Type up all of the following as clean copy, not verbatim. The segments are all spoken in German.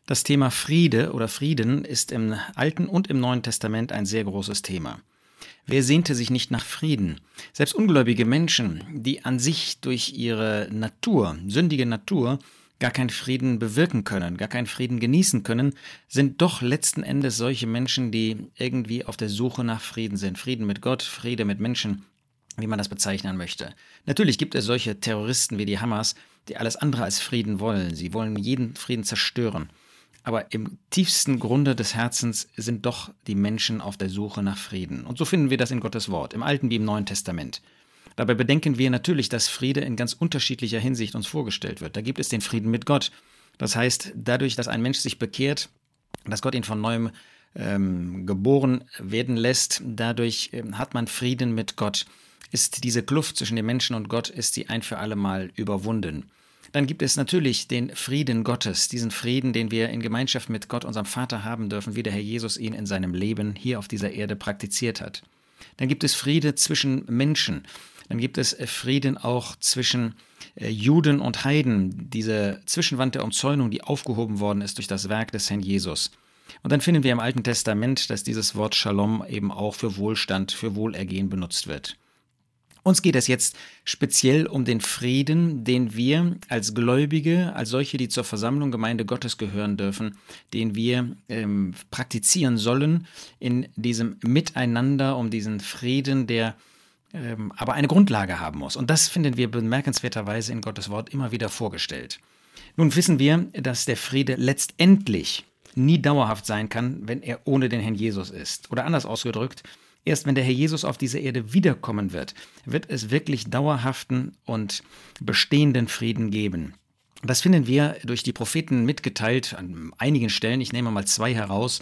Das Thema Friede oder Frieden ist im Alten und im Neuen Testament ein sehr großes Thema. Wer sehnte sich nicht nach Frieden? Selbst ungläubige Menschen, die an sich durch ihre Natur, sündige Natur, gar keinen Frieden bewirken können, gar keinen Frieden genießen können, sind doch letzten Endes solche Menschen, die irgendwie auf der Suche nach Frieden sind. Frieden mit Gott, Friede mit Menschen, wie man das bezeichnen möchte. Natürlich gibt es solche Terroristen wie die Hamas, die alles andere als Frieden wollen. Sie wollen jeden Frieden zerstören. Aber im tiefsten Grunde des Herzens sind doch die Menschen auf der Suche nach Frieden. Und so finden wir das in Gottes Wort, im Alten wie im Neuen Testament. Dabei bedenken wir natürlich, dass Friede in ganz unterschiedlicher Hinsicht uns vorgestellt wird. Da gibt es den Frieden mit Gott. Das heißt, dadurch, dass ein Mensch sich bekehrt, dass Gott ihn von neuem geboren werden lässt, dadurch hat man Frieden mit Gott. Ist diese Kluft zwischen dem Menschen und Gott, ist sie ein für alle Mal überwunden. Dann gibt es natürlich den Frieden Gottes, diesen Frieden, den wir in Gemeinschaft mit Gott, unserem Vater, haben dürfen, wie der Herr Jesus ihn in seinem Leben hier auf dieser Erde praktiziert hat. Dann gibt es Friede zwischen Menschen. Dann gibt es Frieden auch zwischen Juden und Heiden, diese Zwischenwand der Umzäunung, die aufgehoben worden ist durch das Werk des Herrn Jesus. Und dann finden wir im Alten Testament, dass dieses Wort Shalom eben auch für Wohlstand, für Wohlergehen benutzt wird. Uns geht es jetzt speziell um den Frieden, den wir als Gläubige, als solche, die zur Versammlung Gemeinde Gottes gehören dürfen, den wir praktizieren sollen in diesem Miteinander, um diesen Frieden, der aber eine Grundlage haben muss. Und das finden wir bemerkenswerterweise in Gottes Wort immer wieder vorgestellt. Nun wissen wir, dass der Friede letztendlich nie dauerhaft sein kann, wenn er ohne den Herrn Jesus ist. Oder anders ausgedrückt, erst wenn der Herr Jesus auf diese Erde wiederkommen wird, wird es wirklich dauerhaften und bestehenden Frieden geben. Das finden wir durch die Propheten mitgeteilt an einigen Stellen, ich nehme mal 2 heraus,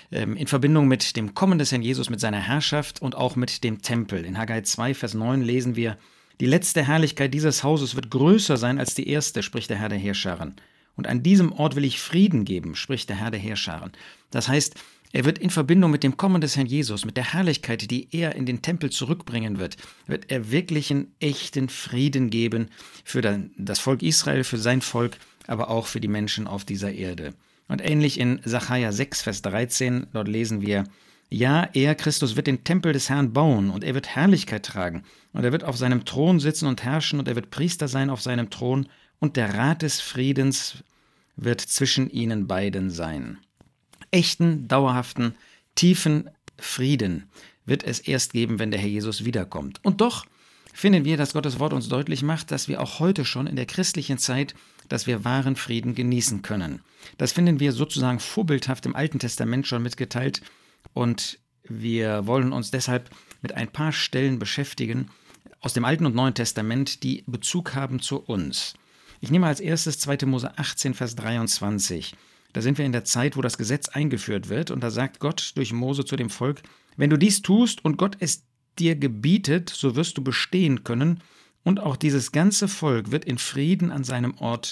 in Verbindung mit dem Kommen des Herrn Jesus, mit seiner Herrschaft und auch mit dem Tempel. In Haggai 2, Vers 9 lesen wir: Die letzte Herrlichkeit dieses Hauses wird größer sein als die erste, spricht der Herr der Heerscharen. Und an diesem Ort will ich Frieden geben, spricht der Herr der Heerscharen. Das heißt, er wird in Verbindung mit dem Kommen des Herrn Jesus, mit der Herrlichkeit, die er in den Tempel zurückbringen wird er wirklichen, echten Frieden geben für das Volk Israel, für sein Volk, aber auch für die Menschen auf dieser Erde. Und ähnlich in Sacharja 6, Vers 13, dort lesen wir: Ja, er, Christus, wird den Tempel des Herrn bauen und er wird Herrlichkeit tragen und er wird auf seinem Thron sitzen und herrschen und er wird Priester sein auf seinem Thron und der Rat des Friedens wird zwischen ihnen beiden sein. Echten, dauerhaften, tiefen Frieden wird es erst geben, wenn der Herr Jesus wiederkommt. Und doch finden wir, dass Gottes Wort uns deutlich macht, dass wir auch heute schon in der christlichen Zeit, dass wir wahren Frieden genießen können. Das finden wir sozusagen vorbildhaft im Alten Testament schon mitgeteilt und wir wollen uns deshalb mit ein paar Stellen beschäftigen aus dem Alten und Neuen Testament, die Bezug haben zu uns. Ich nehme als erstes 2. Mose 18, Vers 23. Da sind wir in der Zeit, wo das Gesetz eingeführt wird und da sagt Gott durch Mose zu dem Volk: Wenn du dies tust und Gott es dir gebietet, so wirst du bestehen können und auch dieses ganze Volk wird in Frieden an seinen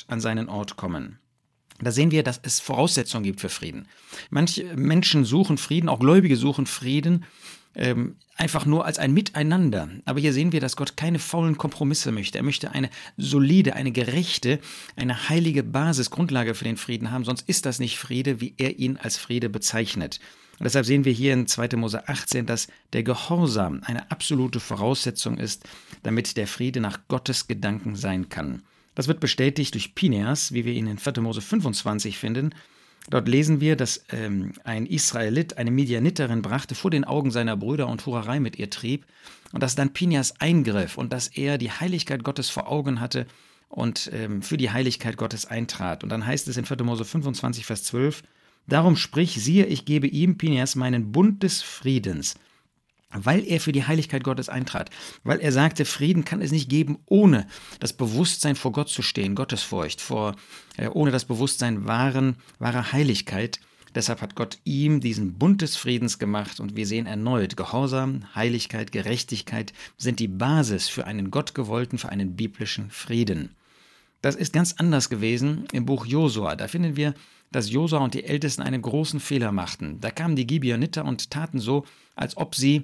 Ort kommen. Da sehen wir, dass es Voraussetzungen gibt für Frieden. Manche Menschen suchen Frieden, auch Gläubige suchen Frieden, einfach nur als ein Miteinander. Aber hier sehen wir, dass Gott keine faulen Kompromisse möchte. Er möchte eine solide, eine gerechte, eine heilige Basis, Grundlage für den Frieden haben. Sonst ist das nicht Friede, wie er ihn als Friede bezeichnet. Und deshalb sehen wir hier in 2. Mose 18, dass der Gehorsam eine absolute Voraussetzung ist, damit der Friede nach Gottes Gedanken sein kann. Das wird bestätigt durch Pineas, wie wir ihn in 4. Mose 25 finden. Dort lesen wir, dass ein Israelit eine Midianiterin brachte vor den Augen seiner Brüder und Hurerei mit ihr trieb und dass dann Pineas eingriff und dass er die Heiligkeit Gottes vor Augen hatte und für die Heiligkeit Gottes eintrat. Und dann heißt es in 4. Mose 25, Vers 12: Darum sprich, siehe, ich gebe ihm, Pineas, meinen Bund des Friedens, weil er für die Heiligkeit Gottes eintrat, weil er sagte, Frieden kann es nicht geben, ohne das Bewusstsein vor Gott zu stehen, Gottesfurcht, ohne das Bewusstsein wahrer Heiligkeit. Deshalb hat Gott ihm diesen Bund des Friedens gemacht und wir sehen erneut, Gehorsam, Heiligkeit, Gerechtigkeit sind die Basis für einen gottgewollten, für einen biblischen Frieden. Das ist ganz anders gewesen im Buch Josua. Da finden wir, dass Josua und die Ältesten einen großen Fehler machten. Da kamen die Gibeoniter und taten so, als ob sie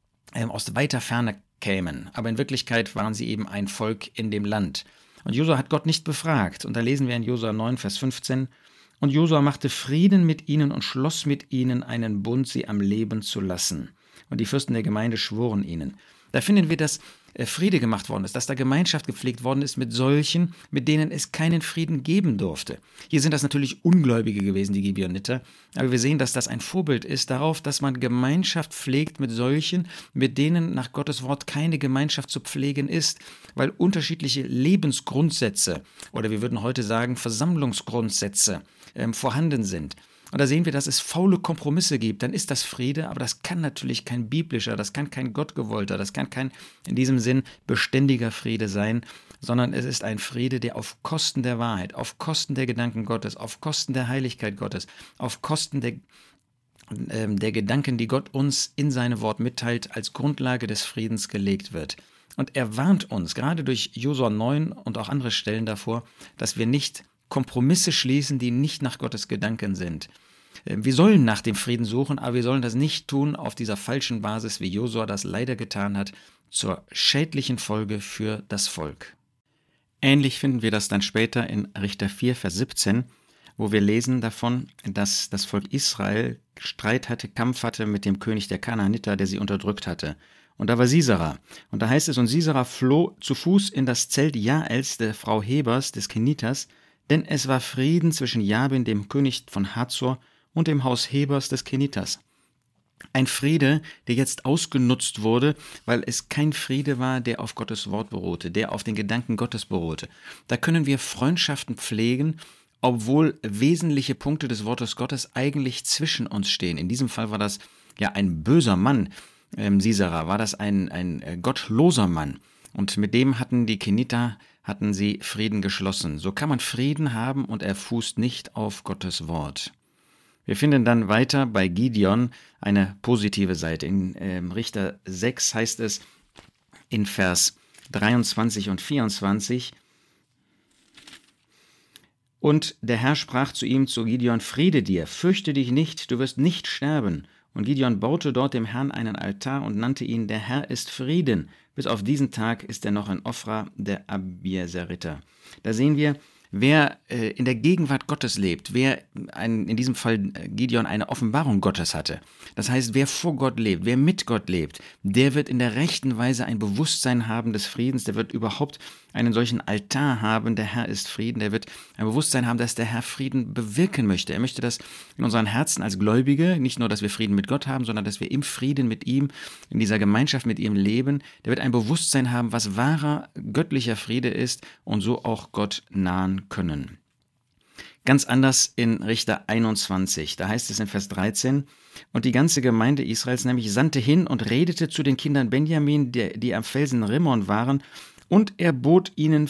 aus weiter Ferne kämen. Aber in Wirklichkeit waren sie eben ein Volk in dem Land. Und Josua hat Gott nicht befragt. Und da lesen wir in Josua 9, Vers 15: Und Josua machte Frieden mit ihnen und schloss mit ihnen einen Bund, sie am Leben zu lassen. Und die Fürsten der Gemeinde schworen ihnen. Da finden wir, dass Friede gemacht worden ist, dass da Gemeinschaft gepflegt worden ist mit solchen, mit denen es keinen Frieden geben durfte. Hier sind das natürlich Ungläubige gewesen, die Gibeoniter, aber wir sehen, dass das ein Vorbild ist darauf, dass man Gemeinschaft pflegt mit solchen, mit denen nach Gottes Wort keine Gemeinschaft zu pflegen ist, weil unterschiedliche Lebensgrundsätze oder wir würden heute sagen Versammlungsgrundsätze vorhanden sind. Und da sehen wir, dass es faule Kompromisse gibt. Dann ist das Friede, aber das kann natürlich kein biblischer, das kann kein gottgewollter, das kann kein in diesem Sinn beständiger Friede sein, sondern es ist ein Friede, der auf Kosten der Wahrheit, auf Kosten der Gedanken Gottes, auf Kosten der Heiligkeit Gottes, auf Kosten der Gedanken, die Gott uns in seinem Wort mitteilt, als Grundlage des Friedens gelegt wird. Und er warnt uns, gerade durch Josua 9 und auch andere Stellen davor, dass wir nicht Kompromisse schließen, die nicht nach Gottes Gedanken sind. Wir sollen nach dem Frieden suchen, aber wir sollen das nicht tun auf dieser falschen Basis, wie Josua das leider getan hat, zur schädlichen Folge für das Volk. Ähnlich finden wir das dann später in Richter 4, Vers 17, wo wir lesen davon, dass das Volk Israel Streit hatte, Kampf hatte mit dem König der Kanaaniter, der sie unterdrückt hatte. Und da war Sisera. Und da heißt es, und Sisera floh zu Fuß in das Zelt Jaels, der Frau Hebers, des Keniters, denn es war Frieden zwischen Jabin, dem König von Hazor, und dem Haus Hebers des Keniters. Ein Friede, der jetzt ausgenutzt wurde, weil es kein Friede war, der auf Gottes Wort beruhte, der auf den Gedanken Gottes beruhte. Da können wir Freundschaften pflegen, obwohl wesentliche Punkte des Wortes Gottes eigentlich zwischen uns stehen. In diesem Fall war das ja ein böser Mann, Sisera, war das ein gottloser Mann. Und mit dem hatten die Keniter sie Frieden geschlossen. So kann man Frieden haben und er fußt nicht auf Gottes Wort. Wir finden dann weiter bei Gideon eine positive Seite. In Richter 6 heißt es in Vers 23 und 24, und der Herr sprach zu ihm, zu Gideon, Friede dir, fürchte dich nicht, du wirst nicht sterben. Und Gideon baute dort dem Herrn einen Altar und nannte ihn, der Herr ist Frieden. Bis auf diesen Tag ist er noch in Ofra der Abieseriter. Da sehen wir, wer in der Gegenwart Gottes lebt, wer in diesem Fall Gideon eine Offenbarung Gottes hatte. Das heißt, wer vor Gott lebt, wer mit Gott lebt, der wird in der rechten Weise ein Bewusstsein haben des Friedens, der wird überhaupt einen solchen Altar haben, der Herr ist Frieden, der wird ein Bewusstsein haben, dass der Herr Frieden bewirken möchte. Er möchte das in unseren Herzen als Gläubige, nicht nur, dass wir Frieden mit Gott haben, sondern dass wir im Frieden mit ihm, in dieser Gemeinschaft mit ihm leben. Der wird ein Bewusstsein haben, was wahrer göttlicher Friede ist und so auch Gott nahen können. Ganz anders in Richter 21, da heißt es in Vers 13, und die ganze Gemeinde Israels nämlich sandte hin und redete zu den Kindern Benjamin, die am Felsen Rimmon waren, und er bot ihnen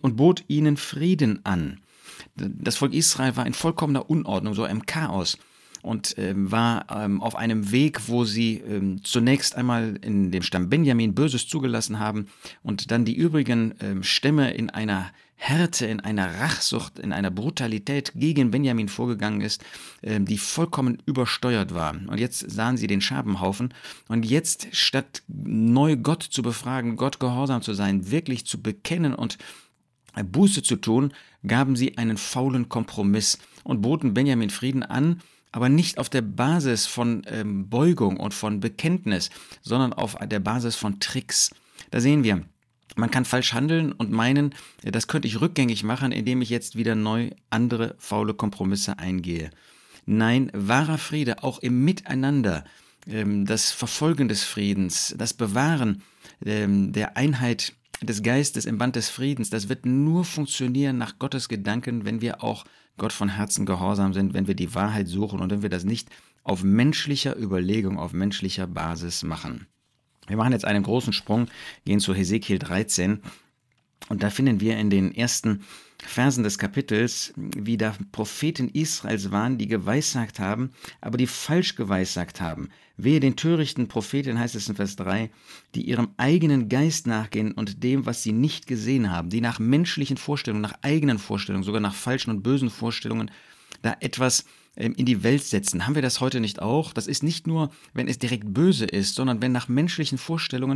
Frieden an. Das Volk Israel war in vollkommener Unordnung, so im Chaos, und war auf einem Weg, wo sie zunächst einmal in dem Stamm Benjamin Böses zugelassen haben und dann die übrigen Stämme in einer Härte, in einer Rachsucht, in einer Brutalität gegen Benjamin vorgegangen ist, die vollkommen übersteuert war. Und jetzt sahen sie den Schabenhaufen und jetzt, statt neu Gott zu befragen, Gott gehorsam zu sein, wirklich zu bekennen und Buße zu tun, gaben sie einen faulen Kompromiss und boten Benjamin Frieden an, aber nicht auf der Basis von Beugung und von Bekenntnis, sondern auf der Basis von Tricks. Da sehen wir, man kann falsch handeln und meinen, das könnte ich rückgängig machen, indem ich jetzt wieder neu andere faule Kompromisse eingehe. Nein, wahrer Friede, auch im Miteinander, das Verfolgen des Friedens, das Bewahren der Einheit des Geistes im Band des Friedens, das wird nur funktionieren nach Gottes Gedanken, wenn wir auch Gott von Herzen gehorsam sind, wenn wir die Wahrheit suchen und wenn wir das nicht auf menschlicher Überlegung, auf menschlicher Basis machen. Wir machen jetzt einen großen Sprung, gehen zu Hesekiel 13 und da finden wir in den ersten Versen des Kapitels, wie da Propheten Israels waren, die geweissagt haben, aber die falsch geweissagt haben. Wehe den törichten Propheten, heißt es in Vers 3, die ihrem eigenen Geist nachgehen und dem, was sie nicht gesehen haben, die nach menschlichen Vorstellungen, nach eigenen Vorstellungen, sogar nach falschen und bösen Vorstellungen, da etwas in die Welt setzen. Haben wir das heute nicht auch? Das ist nicht nur, wenn es direkt böse ist, sondern wenn nach menschlichen Vorstellungen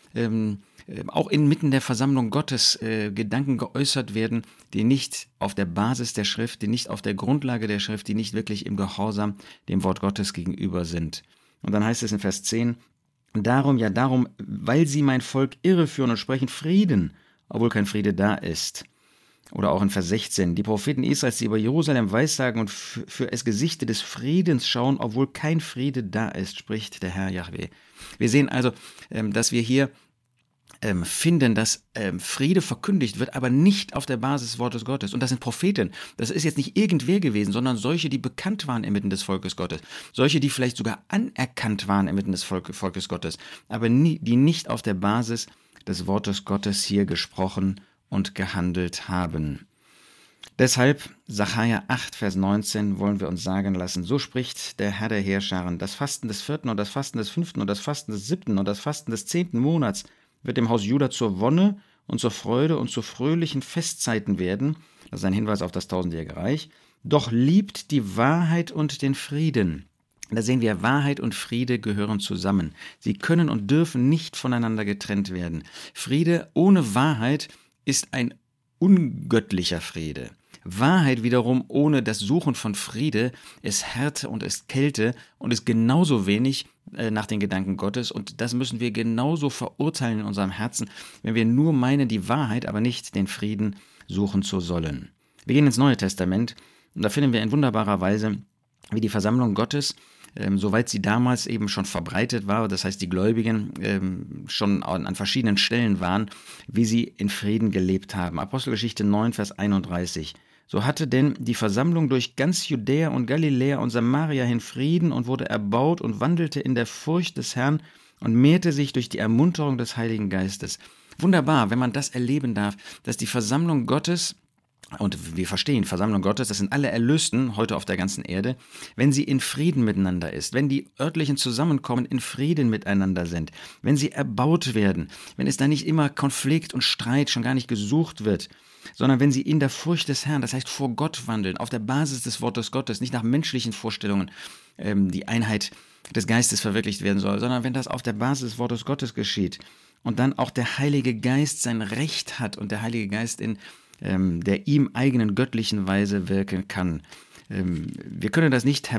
auch inmitten der Versammlung Gottes Gedanken geäußert werden, die nicht auf der Basis der Schrift, die nicht auf der Grundlage der Schrift, die nicht wirklich im Gehorsam dem Wort Gottes gegenüber sind. Und dann heißt es in Vers 10, darum, weil sie mein Volk irreführen und sprechen Frieden, obwohl kein Friede da ist. Oder auch in Vers 16, die Propheten Israels, die über Jerusalem weissagen und für es Gesichte des Friedens schauen, obwohl kein Friede da ist, spricht der Herr Jahwe. Wir sehen also, dass wir hier finden, dass Friede verkündigt wird, aber nicht auf der Basis des Wortes Gottes. Und das sind Propheten. Das ist jetzt nicht irgendwer gewesen, sondern solche, die bekannt waren inmitten des Volkes Gottes. Solche, die vielleicht sogar anerkannt waren inmitten des Volkes Gottes, aber die nicht auf der Basis des Wortes Gottes hier gesprochen und gehandelt haben. Deshalb, Sacharja 8, Vers 19, wollen wir uns sagen lassen, so spricht der Herr der Heerscharen, das Fasten des 4. und das Fasten des 5. und das Fasten des 7. und das Fasten des 10. Monats wird dem Haus Juda zur Wonne und zur Freude und zu fröhlichen Festzeiten werden. Das ist ein Hinweis auf das tausendjährige Reich. Doch liebt die Wahrheit und den Frieden. Da sehen wir, Wahrheit und Friede gehören zusammen. Sie können und dürfen nicht voneinander getrennt werden. Friede ohne Wahrheit ist ein ungöttlicher Friede. Wahrheit wiederum ohne das Suchen von Friede ist Härte und ist Kälte und ist genauso wenig nach den Gedanken Gottes. Und das müssen wir genauso verurteilen in unserem Herzen, wenn wir nur meinen, die Wahrheit, aber nicht den Frieden suchen zu sollen. Wir gehen ins Neue Testament und da finden wir in wunderbarer Weise, wie die Versammlung Gottes, soweit sie damals eben schon verbreitet war, das heißt die Gläubigen schon an verschiedenen Stellen waren, wie sie in Frieden gelebt haben. Apostelgeschichte 9, Vers 31. So hatte denn die Versammlung durch ganz Judäa und Galiläa und Samaria hin Frieden und wurde erbaut und wandelte in der Furcht des Herrn und mehrte sich durch die Ermunterung des Heiligen Geistes. Wunderbar, wenn man das erleben darf, dass die Versammlung Gottes, und wir verstehen, Versammlung Gottes, das sind alle Erlösten heute auf der ganzen Erde, wenn sie in Frieden miteinander ist, wenn die örtlichen Zusammenkommen in Frieden miteinander sind, wenn sie erbaut werden, wenn es da nicht immer Konflikt und Streit schon gar nicht gesucht wird, sondern wenn sie in der Furcht des Herrn, das heißt vor Gott wandeln, auf der Basis des Wortes Gottes, nicht nach menschlichen Vorstellungen, die Einheit des Geistes verwirklicht werden soll, sondern wenn das auf der Basis des Wortes Gottes geschieht und dann auch der Heilige Geist sein Recht hat und der Heilige Geist in der ihm eigenen göttlichen Weise wirken kann. Wir können das nicht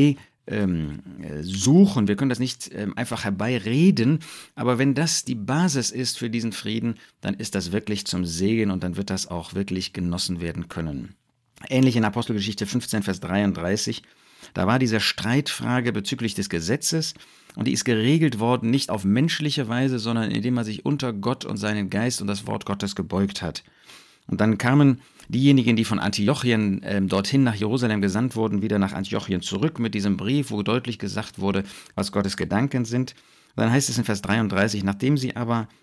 suchen, wir können das nicht einfach herbeireden, aber wenn das die Basis ist für diesen Frieden, dann ist das wirklich zum Segen und dann wird das auch wirklich genossen werden können. Ähnlich in Apostelgeschichte 15, Vers 33, da war diese Streitfrage bezüglich des Gesetzes und die ist geregelt worden, nicht auf menschliche Weise, sondern indem man sich unter Gott und seinen Geist und das Wort Gottes gebeugt hat. Und dann kamen diejenigen, die von Antiochien dorthin nach Jerusalem gesandt wurden, wieder nach Antiochien zurück mit diesem Brief, wo deutlich gesagt wurde, was Gottes Gedanken sind. Und dann heißt es in Vers 33, nachdem sie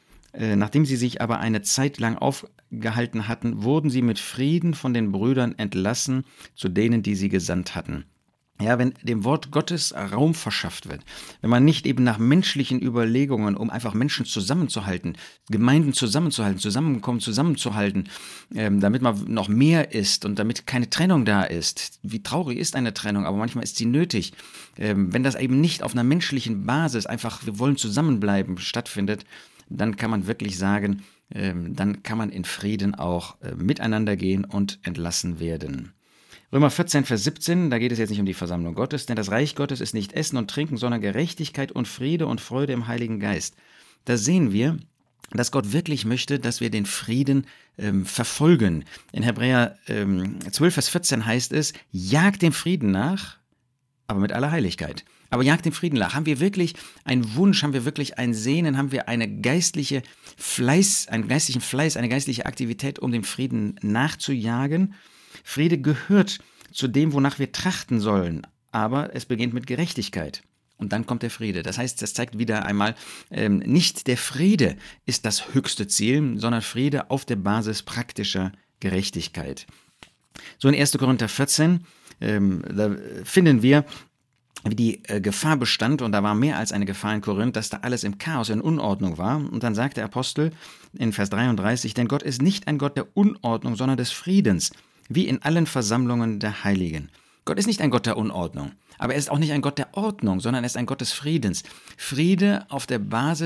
sich aber eine Zeit lang aufgehalten hatten, wurden sie mit Frieden von den Brüdern entlassen, zu denen, die sie gesandt hatten. Ja, wenn dem Wort Gottes Raum verschafft wird, wenn man nicht eben nach menschlichen Überlegungen, um einfach Menschen zusammenzuhalten, Gemeinden zusammenzuhalten, Zusammenkommen zusammenzuhalten, damit man noch mehr ist und damit keine Trennung da ist. Wie traurig ist eine Trennung, aber manchmal ist sie nötig. Wenn das eben nicht auf einer menschlichen Basis, einfach wir wollen zusammenbleiben, stattfindet, dann kann man wirklich sagen, dann kann man in Frieden auch miteinander gehen und entlassen werden. Römer 14, Vers 17, da geht es jetzt nicht um die Versammlung Gottes, denn das Reich Gottes ist nicht Essen und Trinken, sondern Gerechtigkeit und Friede und Freude im Heiligen Geist. Da sehen wir, dass Gott wirklich möchte, dass wir den Frieden verfolgen. In Hebräer 12, Vers 14 heißt es, jagt dem Frieden nach, aber mit aller Heiligkeit. Aber jagt dem Frieden nach. Haben wir wirklich einen Wunsch, haben wir wirklich ein Sehnen, haben wir einen geistlichen Fleiß, eine geistliche Aktivität, um dem Frieden nachzujagen? Friede gehört zu dem, wonach wir trachten sollen, aber es beginnt mit Gerechtigkeit. Und dann kommt der Friede. Das heißt, das zeigt wieder einmal, nicht der Friede ist das höchste Ziel, sondern Friede auf der Basis praktischer Gerechtigkeit. So in 1. Korinther 14, da finden wir, wie die Gefahr bestand, und da war mehr als eine Gefahr in Korinth, dass da alles im Chaos, in Unordnung war. Und dann sagt der Apostel in Vers 33, denn Gott ist nicht ein Gott der Unordnung, sondern des Friedens, wie in allen Versammlungen der Heiligen. Gott ist nicht ein Gott der Unordnung, aber er ist auch nicht ein Gott der Ordnung, sondern er ist ein Gott des Friedens. Friede auf der Basis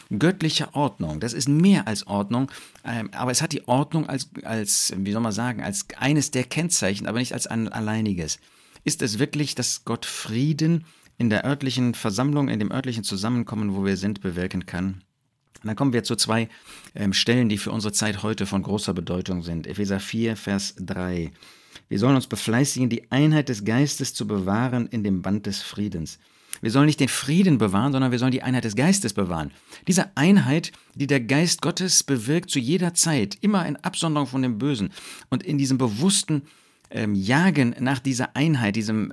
göttliche Ordnung. Das ist mehr als Ordnung, aber es hat die Ordnung als, wie soll man sagen, als eines der Kennzeichen, aber nicht als ein alleiniges. Ist es wirklich, dass Gott Frieden in der örtlichen Versammlung, in dem örtlichen Zusammenkommen, wo wir sind, bewirken kann? Und dann kommen wir zu zwei Stellen, die für unsere Zeit heute von großer Bedeutung sind. Epheser 4, Vers 3. Wir sollen uns befleißigen, die Einheit des Geistes zu bewahren in dem Band des Friedens. Wir sollen nicht den Frieden bewahren, sondern wir sollen die Einheit des Geistes bewahren. Diese Einheit, die der Geist Gottes bewirkt zu jeder Zeit, immer in Absonderung von dem Bösen und in diesem bewussten Jagen nach dieser Einheit, diesem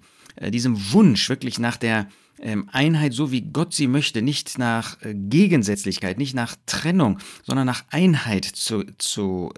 Wunsch wirklich nach der Einheit, so wie Gott sie möchte, nicht nach Gegensätzlichkeit, nicht nach Trennung, sondern nach Einheit zu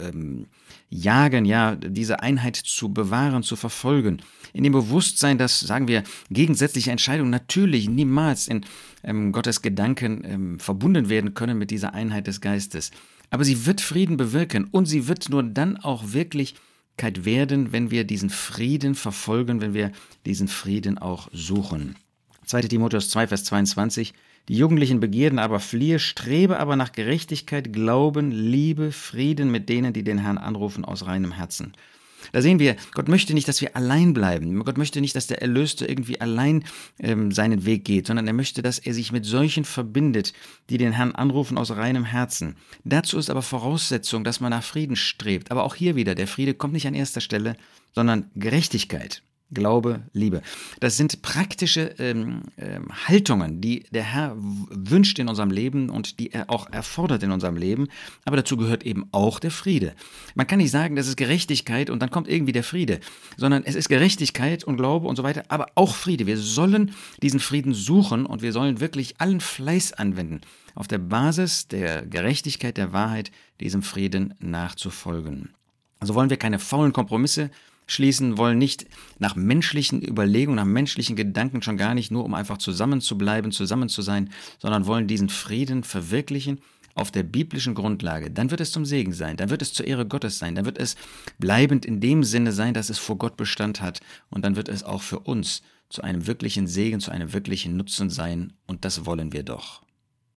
jagen, ja, diese Einheit zu bewahren, zu verfolgen. In dem Bewusstsein, dass, sagen wir, gegensätzliche Entscheidungen natürlich niemals in Gottes Gedanken verbunden werden können mit dieser Einheit des Geistes. Aber sie wird Frieden bewirken und sie wird nur dann auch Wirklichkeit werden, wenn wir diesen Frieden verfolgen, wenn wir diesen Frieden auch suchen. 2. Timotheus 2, Vers 22. Die jugendlichen Begierden aber fliehe, strebe aber nach Gerechtigkeit, Glauben, Liebe, Frieden mit denen, die den Herrn anrufen aus reinem Herzen. Da sehen wir, Gott möchte nicht, dass wir allein bleiben. Gott möchte nicht, dass der Erlöste irgendwie allein seinen Weg geht, sondern er möchte, dass er sich mit solchen verbindet, die den Herrn anrufen aus reinem Herzen. Dazu ist aber Voraussetzung, dass man nach Frieden strebt. Aber auch hier wieder, der Friede kommt nicht an erster Stelle, sondern Gerechtigkeit. Glaube, Liebe. Das sind praktische Haltungen, die der Herr wünscht in unserem Leben und die er auch erfordert in unserem Leben. Aber dazu gehört eben auch der Friede. Man kann nicht sagen, das ist Gerechtigkeit und dann kommt irgendwie der Friede, sondern es ist Gerechtigkeit und Glaube und so weiter, aber auch Friede. Wir sollen diesen Frieden suchen und wir sollen wirklich allen Fleiß anwenden, auf der Basis der Gerechtigkeit, der Wahrheit, diesem Frieden nachzufolgen. Also wollen wir keine faulen Kompromisse schließen, wollen nicht nach menschlichen Überlegungen, nach menschlichen Gedanken, schon gar nicht nur, um einfach zusammen zu bleiben, zusammen zu sein, sondern wollen diesen Frieden verwirklichen auf der biblischen Grundlage. Dann wird es zum Segen sein, dann wird es zur Ehre Gottes sein, dann wird es bleibend in dem Sinne sein, dass es vor Gott Bestand hat und dann wird es auch für uns zu einem wirklichen Segen, zu einem wirklichen Nutzen sein und das wollen wir doch.